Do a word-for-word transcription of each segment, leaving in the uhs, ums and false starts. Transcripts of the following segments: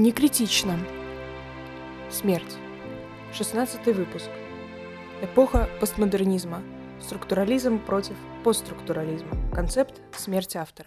Не критично. Смерть. шестнадцатый выпуск. Эпоха постмодернизма. Структурализм против постструктурализма. Концепт смерти автора.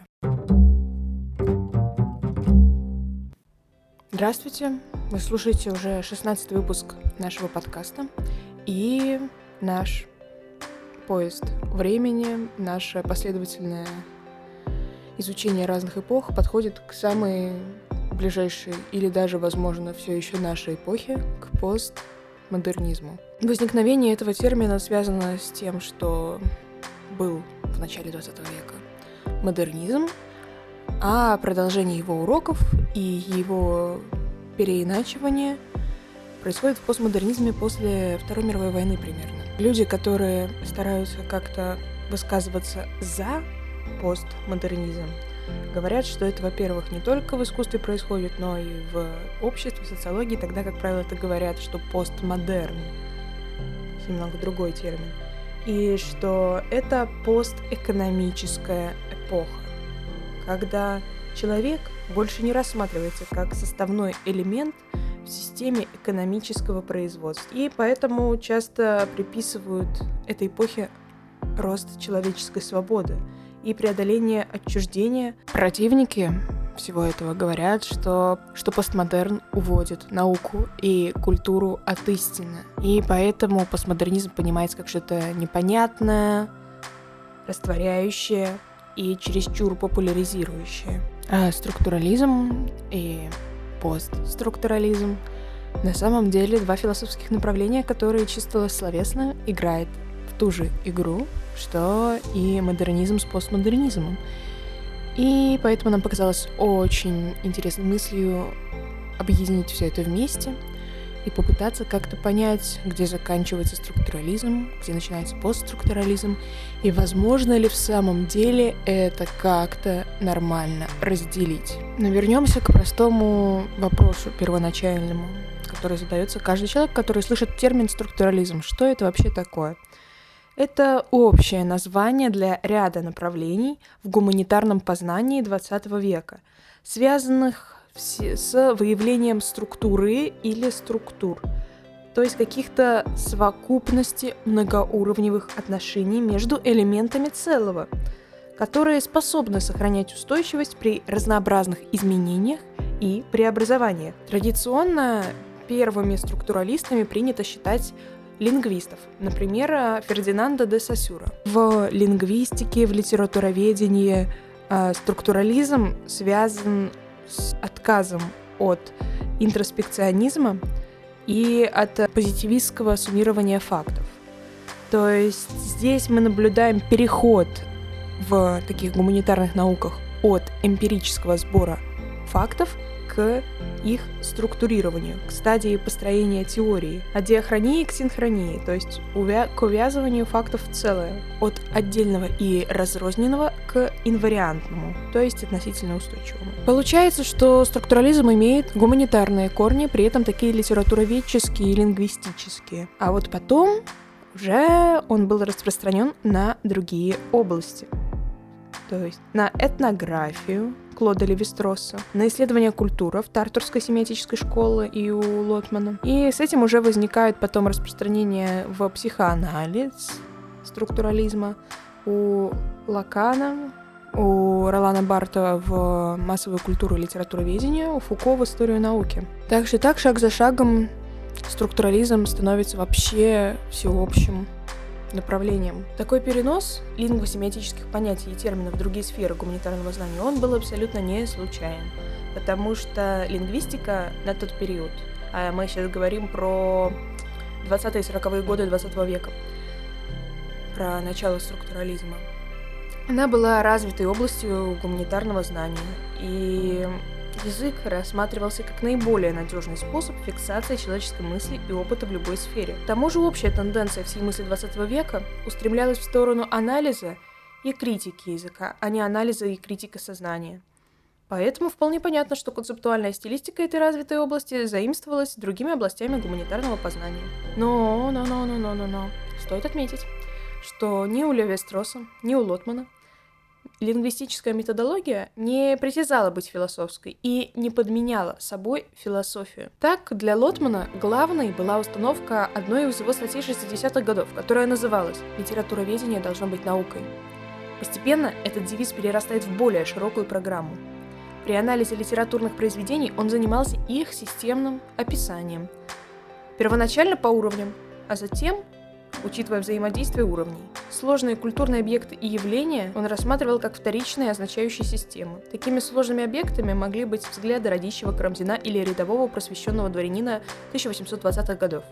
Здравствуйте. Вы слушаете уже шестнадцатый выпуск нашего подкаста. И наш поезд времени, наше последовательное изучение разных эпох подходит к самой ближайшей или даже, возможно, все еще нашей эпохе, к постмодернизму. Возникновение этого термина связано с тем, что был в начале двадцатого века модернизм, а продолжение его уроков и его переиначивание происходит в постмодернизме после Второй мировой войны примерно. Люди, которые стараются как-то высказываться за постмодернизм, говорят, что это, во-первых, не только в искусстве происходит, но и в обществе, в социологии. Тогда, как правило, это говорят, что постмодерн — немного другой термин. И что это постэкономическая эпоха, когда человек больше не рассматривается как составной элемент в системе экономического производства. И поэтому часто приписывают этой эпохе рост человеческой свободы и преодоление отчуждения. Противники всего этого говорят, что, что постмодерн уводит науку и культуру от истины. И поэтому постмодернизм понимается как что-то непонятное, растворяющее и чересчур популяризирующее. А структурализм и постструктурализм на самом деле два философских направления, которые чисто словесно играют в ту же игру, что и модернизм с постмодернизмом. И поэтому нам показалось очень интересной мыслью объединить все это вместе и попытаться как-то понять, где заканчивается структурализм, где начинается постструктурализм, и возможно ли в самом деле это как-то нормально разделить. Но вернемся к простому вопросу первоначальному, который задается каждый человек, который слышит термин структурализм. Что это вообще такое? Это общее название для ряда направлений в гуманитарном познании двадцатого века, связанных с выявлением структуры или структур, то есть каких-то совокупности многоуровневых отношений между элементами целого, которые способны сохранять устойчивость при разнообразных изменениях и преобразованиях. Традиционно первыми структуралистами принято считать лингвистов, например, Фердинанда де Сосюра. В лингвистике, в литературоведении э, структурализм связан с отказом от интроспекционизма и от позитивистского суммирования фактов. То есть здесь мы наблюдаем переход в таких гуманитарных науках от эмпирического сбора фактов к их структурированию, к стадии построения теории, от диахронии к синхронии, то есть увя- к увязыванию фактов в целое, от отдельного и разрозненного к инвариантному, то есть относительно устойчивому. Получается, что структурализм имеет гуманитарные корни, при этом такие литературоведческие и лингвистические. А вот потом уже он был распространен на другие области. То есть на этнографию Клода Леви-Стросса, на исследование культуров Тартурской семиотической школы и у Лотмана. И с этим уже возникает потом распространение в психоанализ структурализма у Лакана, у Ролана Барта в массовую культуру и литературоведение, у Фуко в историю науки. Так что так, шаг за шагом, структурализм становится вообще всеобщим направлением. Такой перенос лингвосемиотических понятий и терминов в другие сферы гуманитарного знания, он был абсолютно не случайен, потому что лингвистика на тот период, а мы сейчас говорим про двадцатые и сороковые годы двадцатого века, про начало структурализма, она была развитой областью гуманитарного знания, и язык рассматривался как наиболее надежный способ фиксации человеческой мысли и опыта в любой сфере. К тому же общая тенденция всей мысли двадцатого века устремлялась в сторону анализа и критики языка, а не анализа и критики сознания. Поэтому вполне понятно, что концептуальная стилистика этой развитой области заимствовалась другими областями гуманитарного познания. Но, но, но, но, но, но, но. Стоит отметить, что ни у Леви-Стросса, ни у Лотмана лингвистическая методология не притязала быть философской и не подменяла собой философию. Так, для Лотмана главной была установка одной из его статей шестидесятых годов, которая называлась «Литературоведение должно быть наукой». Постепенно этот девиз перерастает в более широкую программу. При анализе литературных произведений он занимался их системным описанием. Первоначально по уровням, а затем, учитывая взаимодействие уровней. Сложные культурные объекты и явления он рассматривал как вторичные означающие системы. Такими сложными объектами могли быть взгляды Радищева, Карамзина или рядового просвещенного дворянина тысяча восемьсот двадцатых годов.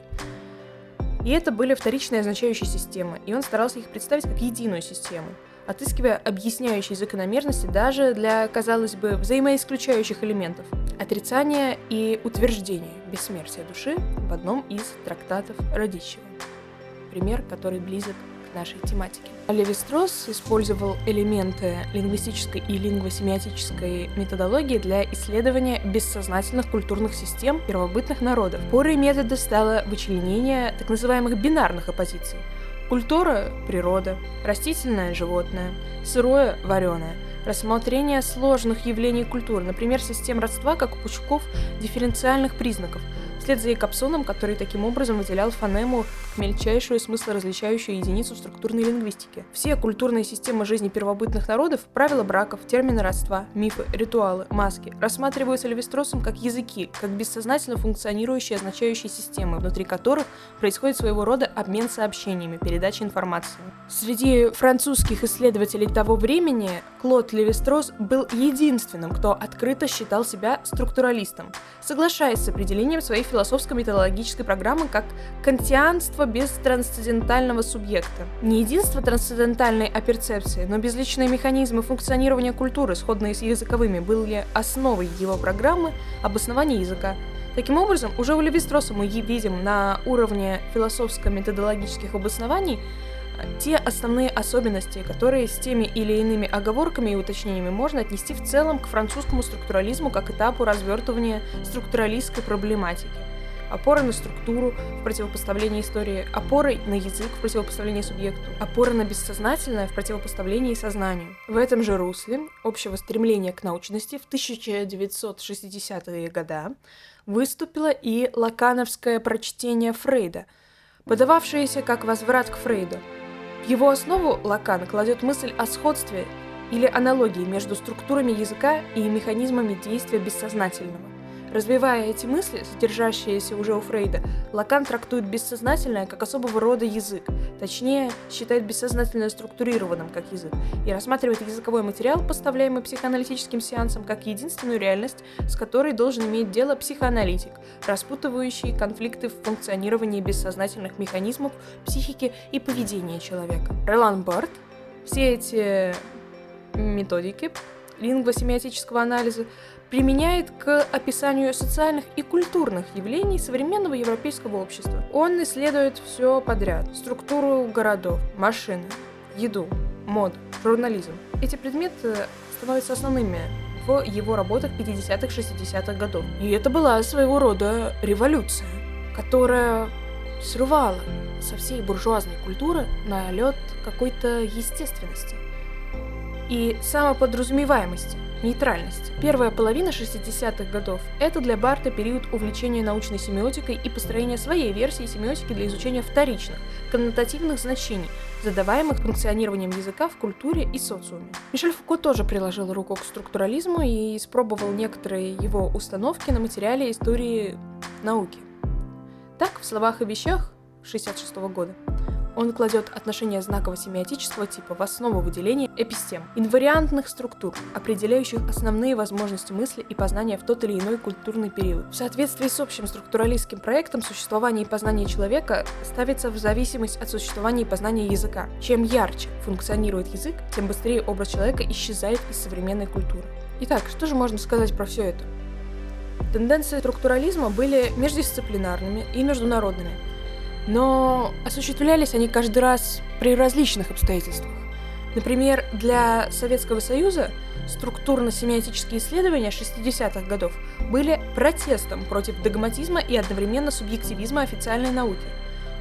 И это были вторичные означающие системы, и он старался их представить как единую систему, отыскивая объясняющие закономерности даже для, казалось бы, взаимоисключающих элементов. Отрицание и утверждение бессмертия души в одном из трактатов Радищева. Пример, который близок к нашей тематике. Леви-Стросс использовал элементы лингвистической и лингвосемиотической методологии для исследования бессознательных культурных систем первобытных народов. Опорой метода стало вычленение так называемых бинарных оппозиций. Культура – природа, растительное – животное, сырое – вареное. Рассмотрение сложных явлений культуры, например, систем родства, как у пучков дифференциальных признаков, вслед за Якобсоном, который таким образом выделял фонему как мельчайшую смыслоразличающую единицу в структурной лингвистике. Все культурные системы жизни первобытных народов, правила браков, термины родства, мифы, ритуалы, маски рассматриваются Леви-Строссом как языки, как бессознательно функционирующие означающие системы, внутри которых происходит своего рода обмен сообщениями, передача информации. Среди французских исследователей того времени Клод Леви-Стросс был единственным, кто открыто считал себя структуралистом, соглашаясь с определением своей философско-методологической программы как кантианство без трансцендентального субъекта. Не единство трансцендентальной оперцепции, но безличные механизмы функционирования культуры, сходные с языковыми, были основой его программы обоснования языка. Таким образом, уже у Леви-Стросса мы видим на уровне философско-методологических обоснований те основные особенности, которые с теми или иными оговорками и уточнениями можно отнести в целом к французскому структурализму как этапу развертывания структуралистской проблематики. Опора на структуру в противопоставлении истории, опорой на язык в противопоставлении субъекту, опора на бессознательное в противопоставлении сознанию. В этом же русле общего стремления к научности в тысяча девятьсот шестидесятые годы выступило и лакановское прочтение Фрейда, подававшееся как возврат к Фрейду. В его основу Лакан кладет мысль о сходстве или аналогии между структурами языка и механизмами действия бессознательного. Развивая эти мысли, содержащиеся уже у Фрейда, Лакан трактует бессознательное как особого рода язык, точнее, считает бессознательное структурированным как язык, и рассматривает языковой материал, поставляемый психоаналитическим сеансом, как единственную реальность, с которой должен иметь дело психоаналитик, распутывающий конфликты в функционировании бессознательных механизмов психики и поведения человека. Ролан Барт все эти методики лингвосемиотического анализа применяет к описанию социальных и культурных явлений современного европейского общества. Он исследует все подряд: структуру городов, машины, еду, моду, журнализм. Эти предметы становятся основными в его работах пятидесятых-шестидесятых годов. И это была своего рода революция, которая срывала со всей буржуазной культуры налет какой-то естественности и самоподразумеваемости, нейтральности. Первая половина шестидесятых годов – это для Барта период увлечения научной семиотикой и построения своей версии семиотики для изучения вторичных, коннотативных значений, задаваемых функционированием языка в культуре и социуме. Мишель Фуко тоже приложил руку к структурализму и испробовал некоторые его установки на материале истории науки. Так, в «Словах и вещах» шестьдесят шестого года он кладет отношение знаково-семиотического типа в основу выделения эпистем, инвариантных структур, определяющих основные возможности мысли и познания в тот или иной культурный период. В соответствии с общим структуралистским проектом существование и познание человека ставится в зависимость от существования и познания языка. Чем ярче функционирует язык, тем быстрее образ человека исчезает из современной культуры. Итак, что же можно сказать про все это? Тенденции структурализма были междисциплинарными и международными, но осуществлялись они каждый раз при различных обстоятельствах. Например, для Советского Союза структурно-семиотические исследования шестидесятых годов были протестом против догматизма и одновременно субъективизма официальной науки.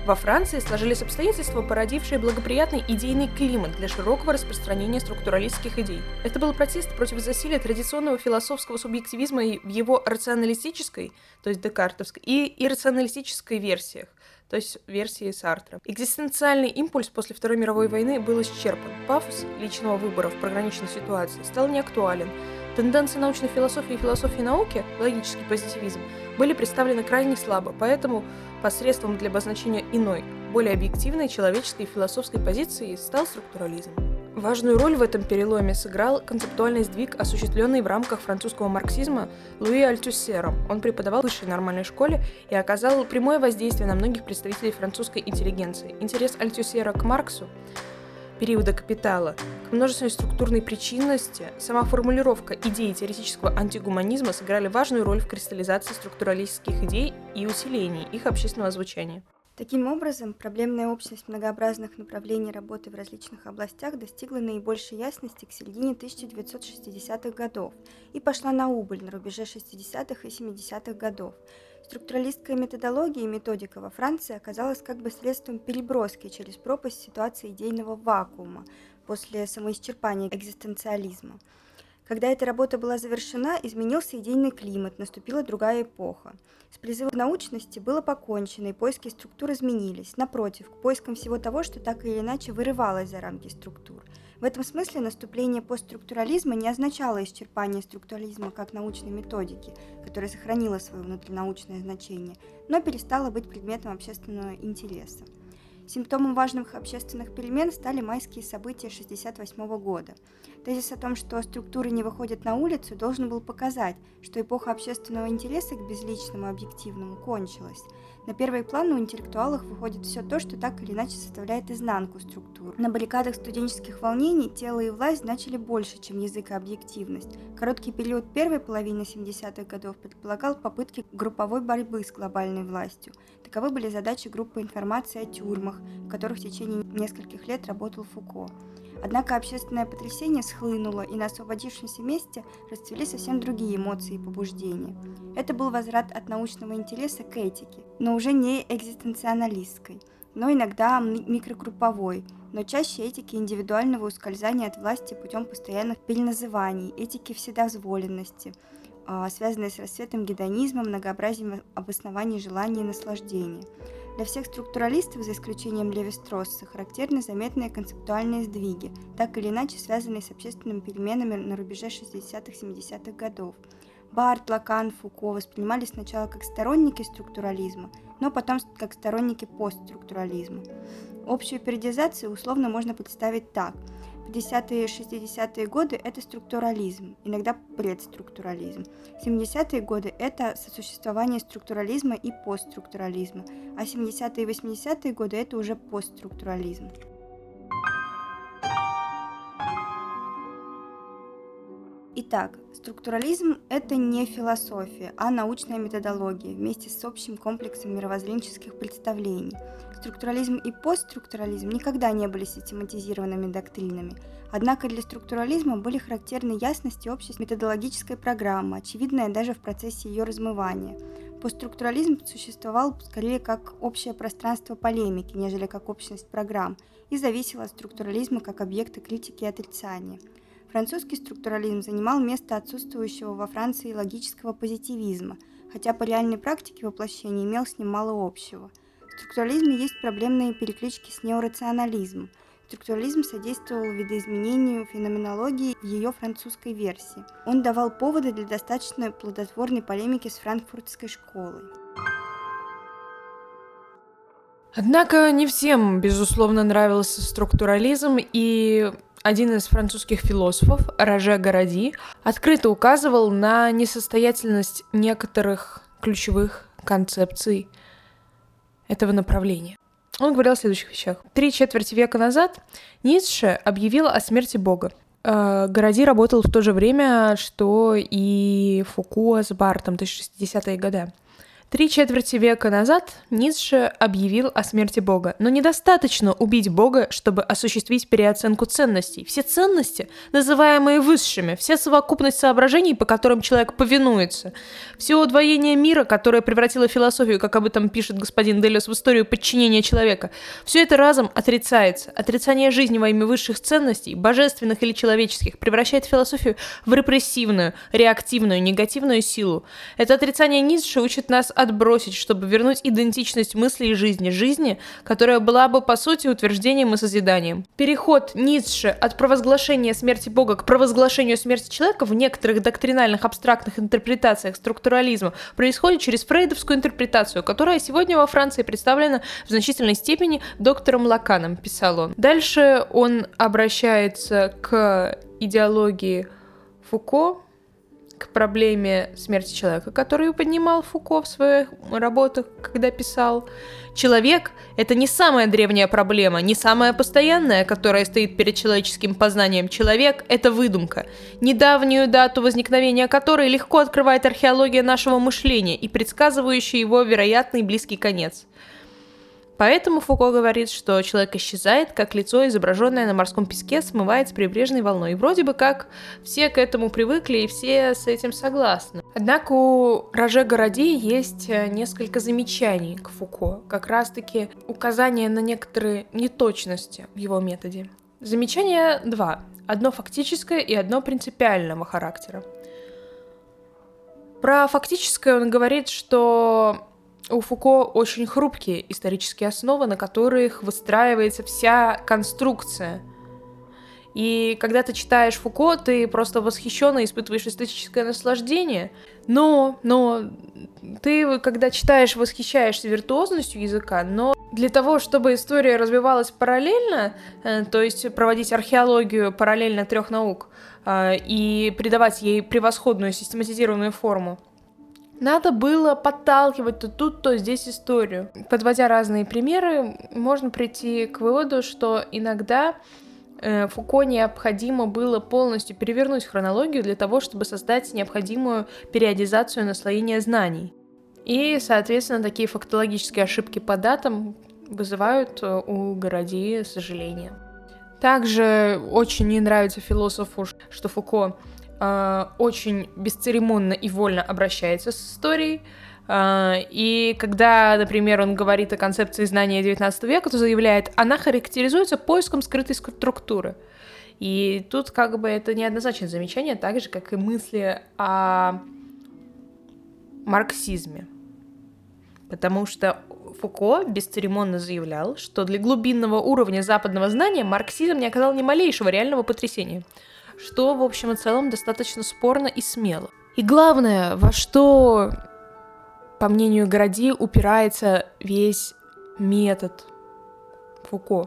Во Франции сложились обстоятельства, породившие благоприятный идейный климат для широкого распространения структуралистских идей. Это был протест против засилия традиционного философского субъективизма в его рационалистической, то есть декартовской, и иррационалистической версиях, то есть версии Сартра. Экзистенциальный импульс после Второй мировой войны был исчерпан. Пафос личного выбора в пограничной ситуации стал неактуален. Тенденции научной философии и философии науки, логический позитивизм, были представлены крайне слабо, поэтому посредством для обозначения иной, более объективной человеческой и философской позиции стал структурализм. Важную роль в этом переломе сыграл концептуальный сдвиг, осуществленный в рамках французского марксизма Луи Альтюссером. Он преподавал в высшей нормальной школе и оказал прямое воздействие на многих представителей французской интеллигенции. Интерес Альтюссера к Марксу периода «Капитала», к множественной структурной причинности, сама формулировка идеи теоретического антигуманизма сыграли важную роль в кристаллизации структуралистских идей и усилении их общественного звучания. Таким образом, проблемная общность многообразных направлений работы в различных областях достигла наибольшей ясности к середине тысяча девятьсот шестидесятых годов и пошла на убыль на рубеже шестидесятых и семидесятых годов. Структуралистская методология и методика во Франции оказалась как бы средством переброски через пропасть ситуации идейного вакуума после самоисчерпания экзистенциализма. Когда эта работа была завершена, изменился идейный климат, наступила другая эпоха. С призывом к научности было покончено, и поиски структур изменились. Напротив, к поискам всего того, что так или иначе вырывалось за рамки структур. В этом смысле наступление постструктурализма не означало исчерпание структурализма как научной методики, которая сохранила свое внутринаучное значение, но перестала быть предметом общественного интереса. Симптомом важных общественных перемен стали майские события тысяча девятьсот шестьдесят восьмого года. Тезис о том, что структуры не выходят на улицу, должен был показать, что эпоха общественного интереса к безличному и объективному кончилась. На первый план у интеллектуалов выходит все то, что так или иначе составляет изнанку структур. На баррикадах студенческих волнений тело и власть значили больше, чем язык и объективность. Короткий период первой половины семидесятых годов предполагал попытки групповой борьбы с глобальной властью. Таковы были задачи группы информации о тюрьмах, в которых в течение нескольких лет работал Фуко. Однако общественное потрясение схлынуло, и на освободившемся месте расцвели совсем другие эмоции и побуждения. Это был возврат от научного интереса к этике, но уже не экзистенциалистской, но иногда микрогрупповой, но чаще этики индивидуального ускользания от власти путем постоянных переназываний, этики вседозволенности, связанной с расцветом гедонизма, многообразием обоснований желаний и наслаждения. Для всех структуралистов, за исключением Леви-Стросса, характерны заметные концептуальные сдвиги, так или иначе связанные с общественными переменами на рубеже шестидесятых-семидесятых годов. Барт, Лакан, Фуко воспринимались сначала как сторонники структурализма, но потом как сторонники постструктурализма. Общую периодизацию условно можно представить так. пятидесятые и шестидесятые годы – это структурализм, иногда предструктурализм. семидесятые годы – это сосуществование структурализма и постструктурализма, а семидесятые и восьмидесятые годы – это уже постструктурализм. Итак, структурализм – это не философия, а научная методология вместе с общим комплексом мировоззренческих представлений. Структурализм и постструктурализм никогда не были систематизированными доктринами, однако для структурализма были характерны ясность и общесть методологической программы, очевидная даже в процессе ее размывания. Постструктурализм существовал скорее как общее пространство полемики, нежели как общность программ, и зависел от структурализма как объекта критики и отрицания. Французский структурализм занимал место отсутствующего во Франции логического позитивизма, хотя по реальной практике воплощения имел с ним мало общего. В структурализме есть проблемные переклички с неорационализмом. Структурализм содействовал видоизменению феноменологии в ее французской версии. Он давал поводы для достаточно плодотворной полемики с франкфуртской школой. Однако не всем, безусловно, нравился структурализм, и один из французских философов, Роже Горади, открыто указывал на несостоятельность некоторых ключевых концепций этого направления. Он говорил о следующих вещах. Три четверти века назад Ницше объявил о смерти Бога. Горади работал в то же время, что и Фуко с Бартом, то есть шестидесятые годы. Три четверти века назад Ницше объявил о смерти Бога. Но недостаточно убить Бога, чтобы осуществить переоценку ценностей. Все ценности, называемые высшими, вся совокупность соображений, по которым человек повинуется, все удвоение мира, которое превратило философию, как об этом пишет господин Делес, в историю подчинения человека, все это разом отрицается. Отрицание жизни во имя высших ценностей, божественных или человеческих, превращает философию в репрессивную, реактивную, негативную силу. Это отрицание Ницше учит нас отбросить, чтобы вернуть идентичность мысли и жизни, жизни, которая была бы, по сути, утверждением и созиданием. Переход Ницше от провозглашения смерти Бога к провозглашению смерти человека в некоторых доктринальных абстрактных интерпретациях структурализма происходит через фрейдовскую интерпретацию, которая сегодня во Франции представлена в значительной степени доктором Лаканом, писал он. Дальше он обращается к идеологии Фуко, к проблеме смерти человека, которую поднимал Фуко в своих работах, когда писал. Человек — это не самая древняя проблема, не самая постоянная, которая стоит перед человеческим познанием. Человек — это выдумка, недавнюю дату возникновения которой легко открывает археология нашего мышления и предсказывающая его вероятный близкий конец. Поэтому Фуко говорит, что человек исчезает, как лицо, изображенное на морском песке, смывает с прибрежной волной. И вроде бы как все к этому привыкли и все с этим согласны. Однако у Роже Горади есть несколько замечаний к Фуко, как раз-таки указание на некоторые неточности в его методе. Замечания два. Одно фактическое и одно принципиального характера. Про фактическое он говорит, что у Фуко очень хрупкие исторические основы, на которых выстраивается вся конструкция. И когда ты читаешь Фуко, ты просто восхищенно испытываешь эстетическое наслаждение. Но, но ты, когда читаешь, восхищаешься виртуозностью языка, но для того, чтобы история развивалась параллельно, то есть проводить археологию параллельно трех наук и придавать ей превосходную систематизированную форму, надо было подталкивать то тут, то здесь историю. Подводя разные примеры, можно прийти к выводу, что иногда э, Фуко необходимо было полностью перевернуть хронологию для того, чтобы создать необходимую периодизацию наслоения знаний. И, соответственно, такие фактологические ошибки по датам вызывают у Горади сожаление. Также очень не нравится философу, что Фуко очень бесцеремонно и вольно обращается с историей. И когда, например, он говорит о концепции знания девятнадцатого века, то заявляет, она характеризуется поиском скрытой структуры. И тут как бы это неоднозначное замечание, так же, как и мысли о марксизме. Потому что Фуко бесцеремонно заявлял, что для глубинного уровня западного знания марксизм не оказал ни малейшего реального потрясения, что, в общем и целом, достаточно спорно и смело. И главное, во что, по мнению Горади, упирается весь метод Фуко.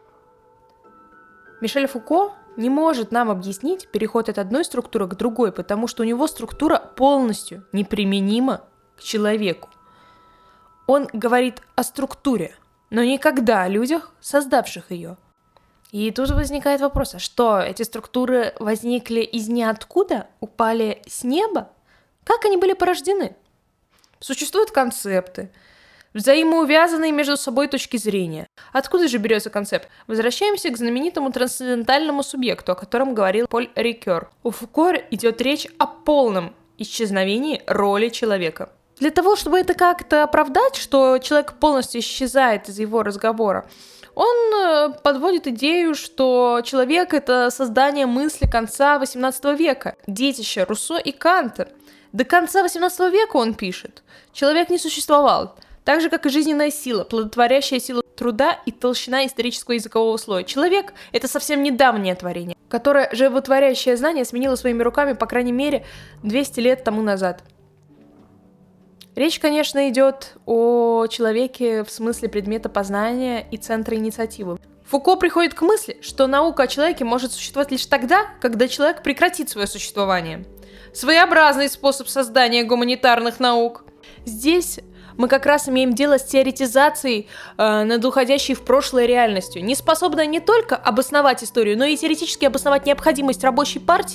Мишель Фуко не может нам объяснить переход от одной структуры к другой, потому что у него структура полностью неприменима к человеку. Он говорит о структуре, но никогда о людях, создавших ее. И тут возникает вопрос, а что, эти структуры возникли из ниоткуда, упали с неба? Как они были порождены? Существуют концепты, взаимоувязанные между собой точки зрения. Откуда же берется концепт? Возвращаемся к знаменитому трансцендентальному субъекту, о котором говорил Поль Рикер. У Фуко идет речь о полном исчезновении роли человека. Для того, чтобы это как-то оправдать, что человек полностью исчезает из его разговора, он подводит идею, что человек — это создание мысли конца восемнадцатого века, детище Руссо и Канта. До конца восемнадцатого века, он пишет, человек не существовал, так же, как и жизненная сила, плодотворящая сила труда и толщина исторического языкового слоя. Человек — это совсем недавнее творение, которое животворящее знание сменило своими руками, по крайней мере, двести лет тому назад. Речь, конечно, идет о человеке в смысле предмета познания и центра инициативы. Фуко приходит к мысли, что наука о человеке может существовать лишь тогда, когда человек прекратит свое существование. Своеобразный способ создания гуманитарных наук. Здесь мы как раз имеем дело с теоретизацией э, над уходящей в прошлое реальностью, не способной не только обосновать историю, но и теоретически обосновать необходимость рабочей партии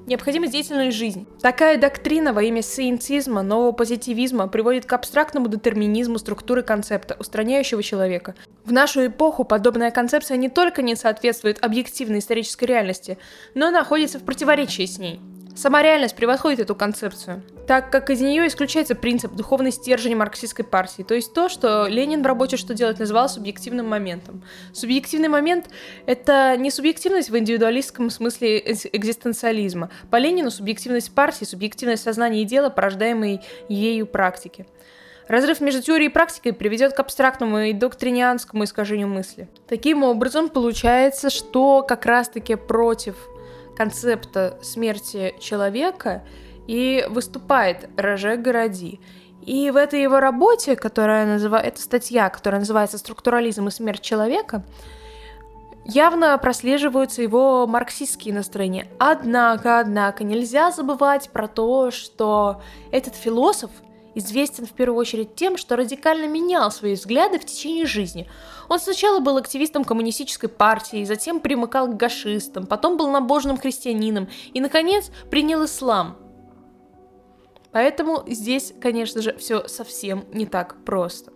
необходима деятельная жизнь. Такая доктрина во имя сиентизма, нового позитивизма приводит к абстрактному детерминизму структуры концепта, устраняющего человека. В нашу эпоху подобная концепция не только не соответствует объективной исторической реальности, но находится в противоречии с ней. Сама реальность превосходит эту концепцию, так как из нее исключается принцип духовный стержень марксистской партии, то есть то, что Ленин в работе «Что делать» называл субъективным моментом. Субъективный момент — это не субъективность в индивидуалистском смысле экзистенциализма. По Ленину субъективность партии, субъективность сознания и дела, порождаемой ею практики. Разрыв между теорией и практикой приведет к абстрактному и доктринианскому искажению мысли. Таким образом, получается, что как раз-таки против концепта смерти человека и выступает Роже Горади. И в этой его работе, которая называется, это статья, которая называется «Структурализм и смерть человека», явно прослеживаются его марксистские настроения. Однако, однако, нельзя забывать про то, что этот философ известен в первую очередь тем, что радикально менял свои взгляды в течение жизни. Он сначала был активистом коммунистической партии, затем примыкал к гашистам, потом был набожным христианином и, наконец, принял ислам. Поэтому здесь, конечно же, все совсем не так просто.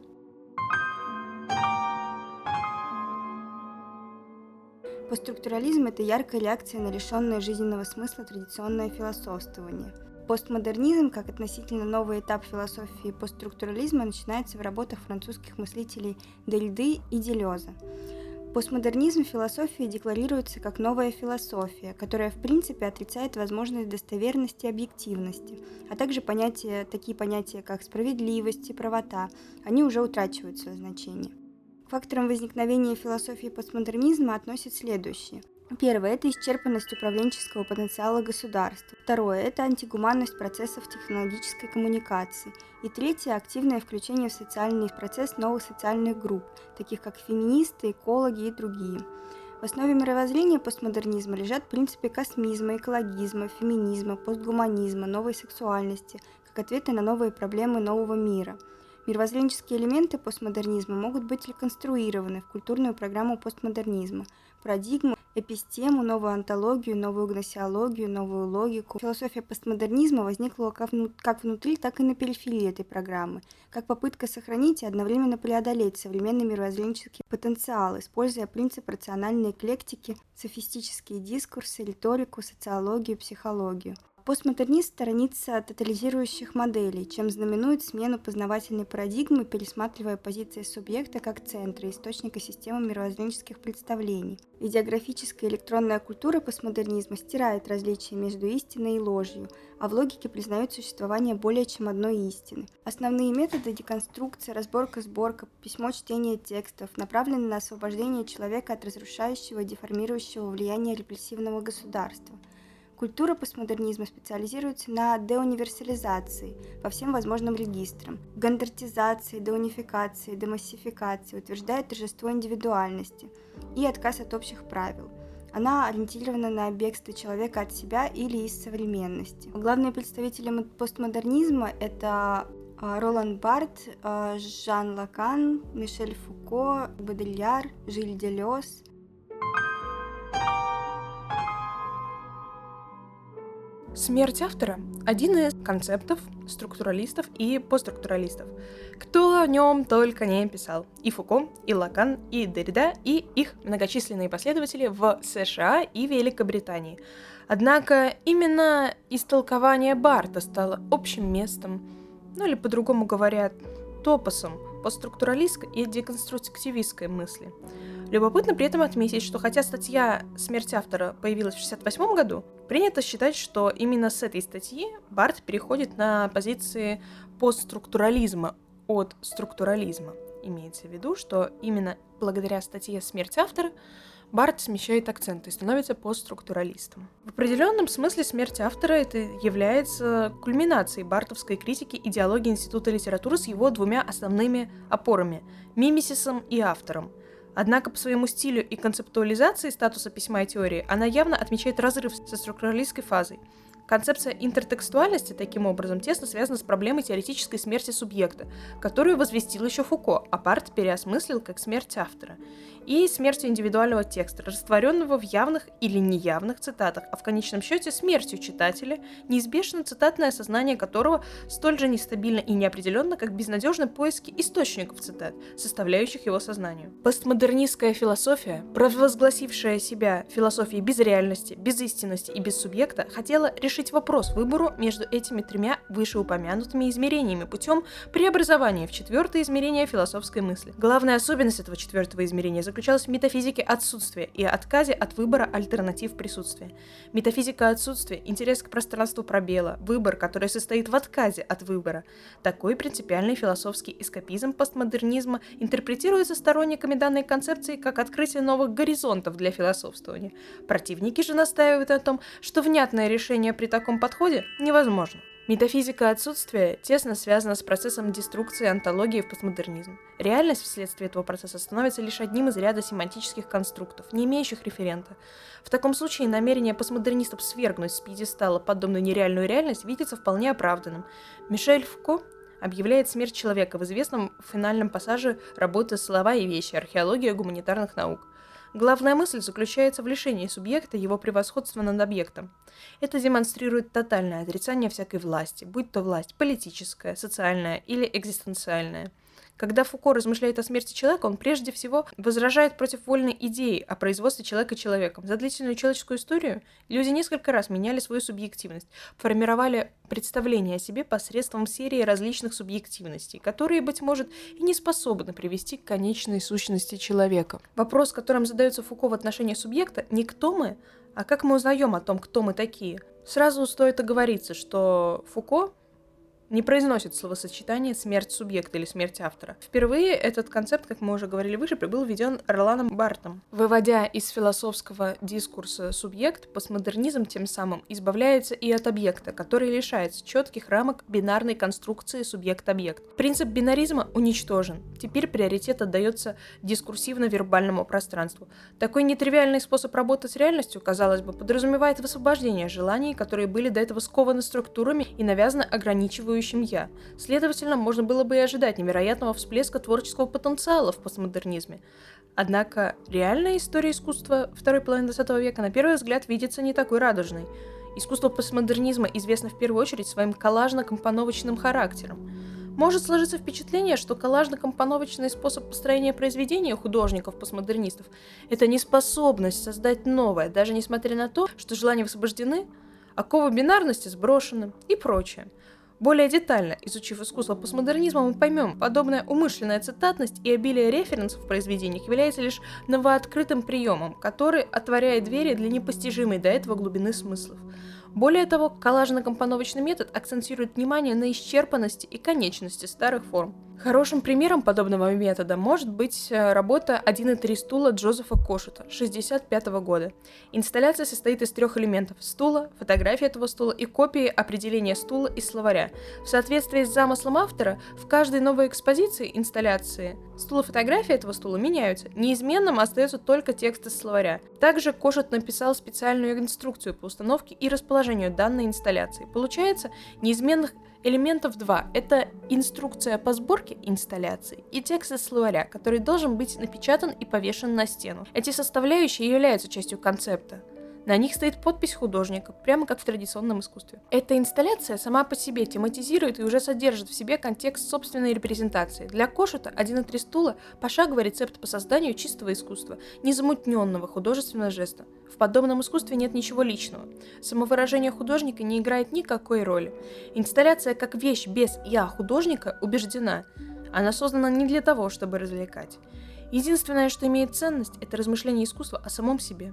Постструктурализм – это яркая реакция на лишенное жизненного смысла традиционное философствование. Постмодернизм, как относительно новый этап философии постструктурализма, начинается в работах французских мыслителей Дерриды и Делеза. Постмодернизм в философии декларируется как новая философия, которая в принципе отрицает возможность достоверности и объективности, а также понятия, такие понятия, как справедливость и правота, они уже утрачивают свое значение. К факторам возникновения философии постмодернизма относят следующие. Первое – это исчерпанность управленческого потенциала государства. Второе – это антигуманность процессов технологической коммуникации. И третье – активное включение в социальный процесс новых социальных групп, таких как феминисты, экологи и другие. В основе мировоззрения постмодернизма лежат принципы космизма, экологизма, феминизма, постгуманизма, новой сексуальности, как ответы на новые проблемы нового мира. Мировоззренческие элементы постмодернизма могут быть реконструированы в культурную программу постмодернизма, парадигму, эпистему, новую антологию, новую гносеологию, новую логику. Философия постмодернизма возникла как внутри, так и на периферии этой программы, как попытка сохранить и одновременно преодолеть современный мировоззренческий потенциал, используя принцип рациональной эклектики, софистические дискурсы, риторику, социологию, психологию. Постмодернист сторонится тотализирующих моделей, чем знаменует смену познавательной парадигмы, пересматривая позиции субъекта как центра, источника системы мировоззренческих представлений. Идеографическая электронная культура постмодернизма стирает различия между истиной и ложью, а в логике признает существование более чем одной истины. Основные методы деконструкция, разборка-сборка, письмо чтения текстов направлены на освобождение человека от разрушающего и деформирующего влияния репрессивного государства. Культура постмодернизма специализируется на деуниверсализации по всем возможным регистрам, гандартизации, деунификации, демассификации, утверждает торжество индивидуальности и отказ от общих правил. Она ориентирована на бегство человека от себя или из современности. Главные представители постмодернизма – это Ролан Барт, Жан Лакан, Мишель Фуко, Бодрияр, Жиль Делез. Смерть автора – один из концептов структуралистов и постструктуралистов. Кто о нем только не писал. И Фуко, и Лакан, и Деррида, и их многочисленные последователи в США и Великобритании. Однако именно истолкование Барта стало общим местом, ну или по-другому говоря, топосом постструктуралистской и деконструктивистской мысли. Любопытно при этом отметить, что хотя статья «Смерть автора» появилась в шестьдесят восьмом году, принято считать, что именно с этой статьи Барт переходит на позиции постструктурализма от структурализма. Имеется в виду, что именно благодаря статье «Смерть автора» Барт смещает акцент и становится постструктуралистом. В определенном смысле смерть автора это является кульминацией бартовской критики идеологии Института литературы с его двумя основными опорами – мимесисом и автором. Однако по своему стилю и концептуализации статуса письма и теории она явно отмечает разрыв со структуралистской фазой. Концепция интертекстуальности, таким образом, тесно связана с проблемой теоретической смерти субъекта, которую возвестил еще Фуко, а Барт переосмыслил как смерть автора, и смертью индивидуального текста, растворенного в явных или неявных цитатах, а в конечном счете смертью читателя, неизбежно цитатное сознание которого столь же нестабильно и неопределенно, как безнадежны поиски источников цитат, составляющих его сознанию. Постмодернистская философия, провозгласившая себя философией без реальности, без истинности и без субъекта, хотела решить вопрос выбору между этими тремя вышеупомянутыми измерениями путем преобразования в четвертое измерение философской мысли. Главная особенность этого четвертого измерения заключалась в метафизике отсутствия и отказе от выбора альтернатив присутствия. Метафизика отсутствия, интерес к пространству пробела, выбор, который состоит в отказе от выбора. Такой принципиальный философский эскапизм постмодернизма интерпретируется сторонниками данной концепции как открытие новых горизонтов для философствования. Противники же настаивают на том, что внятное решение при таком подходе невозможно. Метафизика отсутствия тесно связана с процессом деструкции онтологии в постмодернизм. Реальность вследствие этого процесса становится лишь одним из ряда семантических конструктов, не имеющих референта. В таком случае намерение постмодернистов свергнуть с пьедестала подобную нереальную реальность видится вполне оправданным. Мишель Фуко объявляет смерть человека в известном финальном пассаже работы «Слова и вещи. Археология гуманитарных наук». Главная мысль заключается в лишении субъекта его превосходства над объектом. Это демонстрирует тотальное отрицание всякой власти, будь то власть политическая, социальная или экзистенциальная. Когда Фуко размышляет о смерти человека, он прежде всего возражает против вольной идеи о производстве человека человеком. За длительную человеческую историю люди несколько раз меняли свою субъективность, формировали представление о себе посредством серии различных субъективностей, которые, быть может, и не способны привести к конечной сущности человека. Вопрос, которым задается Фуко в отношении субъекта, не кто мы, а как мы узнаем о том, кто мы такие. Сразу стоит оговориться, что Фуко не произносит словосочетание «смерть субъекта» или «смерть автора». Впервые этот концепт, как мы уже говорили выше, был введен Роланом Бартом. Выводя из философского дискурса субъект, постмодернизм тем самым избавляется и от объекта, который лишается четких рамок бинарной конструкции субъект-объект. Принцип бинаризма уничтожен. Теперь приоритет отдается дискурсивно-вербальному пространству. Такой нетривиальный способ работы с реальностью, казалось бы, подразумевает высвобождение желаний, которые были до этого скованы структурами и навязаны ограничивающими «я». Следовательно, можно было бы и ожидать невероятного всплеска творческого потенциала в постмодернизме. Однако реальная история искусства второй половины двадцатого века на первый взгляд видится не такой радужной. Искусство постмодернизма известно в первую очередь своим коллажно-компоновочным характером. Может сложиться впечатление, что коллажно-компоновочный способ построения произведения художников-постмодернистов – это неспособность создать новое, даже несмотря на то, что желания высвобождены, оковы бинарности сброшены и прочее. Более детально изучив искусство постмодернизма, мы поймем, подобная умышленная цитатность и обилие референсов в произведениях является лишь новооткрытым приемом, который отворяет двери для непостижимой до этого глубины смыслов. Более того, коллажно-компоновочный метод акцентирует внимание на исчерпанности и конечности старых форм. Хорошим примером подобного метода может быть работа «один и три стула» Джозефа Кошета шестьдесят пятого года. Инсталляция состоит из трех элементов – стула, фотографии этого стула и копии определения стула из словаря. В соответствии с замыслом автора, в каждой новой экспозиции инсталляции стул и фотографии этого стула меняются, неизменным остается только текст из словаря. Также Кошет написал специальную инструкцию по установке и расположению данной инсталляции. Получается, неизменных элементов два. Это инструкция по сборке инсталляции и текст из словаря, который должен быть напечатан и повешен на стену. Эти составляющие являются частью концепта. На них стоит подпись художника, прямо как в традиционном искусстве. Эта инсталляция сама по себе тематизирует и уже содержит в себе контекст собственной репрезентации. Для Кошета «один и три стула» – пошаговый рецепт по созданию чистого искусства, незамутненного художественного жеста. В подобном искусстве нет ничего личного. Самовыражение художника не играет никакой роли. Инсталляция как вещь без «я» художника убеждена. Она создана не для того, чтобы развлекать. Единственное, что имеет ценность – это размышление искусства о самом себе.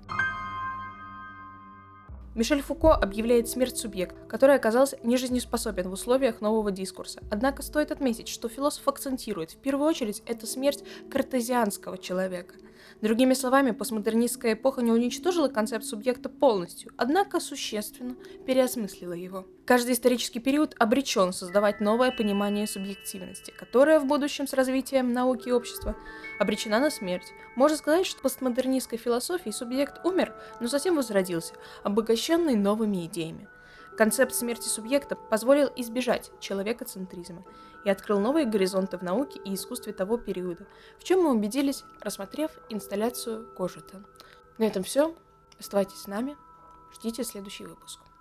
Мишель Фуко объявляет смерть субъекта, который оказался нежизнеспособен в условиях нового дискурса. Однако стоит отметить, что философ акцентирует в первую очередь это смерть картезианского человека. Другими словами, постмодернистская эпоха не уничтожила концепт субъекта полностью, однако существенно переосмыслила его. Каждый исторический период обречен создавать новое понимание субъективности, которое в будущем с развитием науки и общества обречена на смерть. Можно сказать, что в постмодернистской философии субъект умер, но затем возродился, обогащенный новыми идеями. Концепт смерти субъекта позволил избежать человекоцентризма и открыл новые горизонты в науке и искусстве того периода, в чем мы убедились, рассмотрев инсталляцию Кожута. На этом все. Оставайтесь с нами. Ждите следующий выпуск.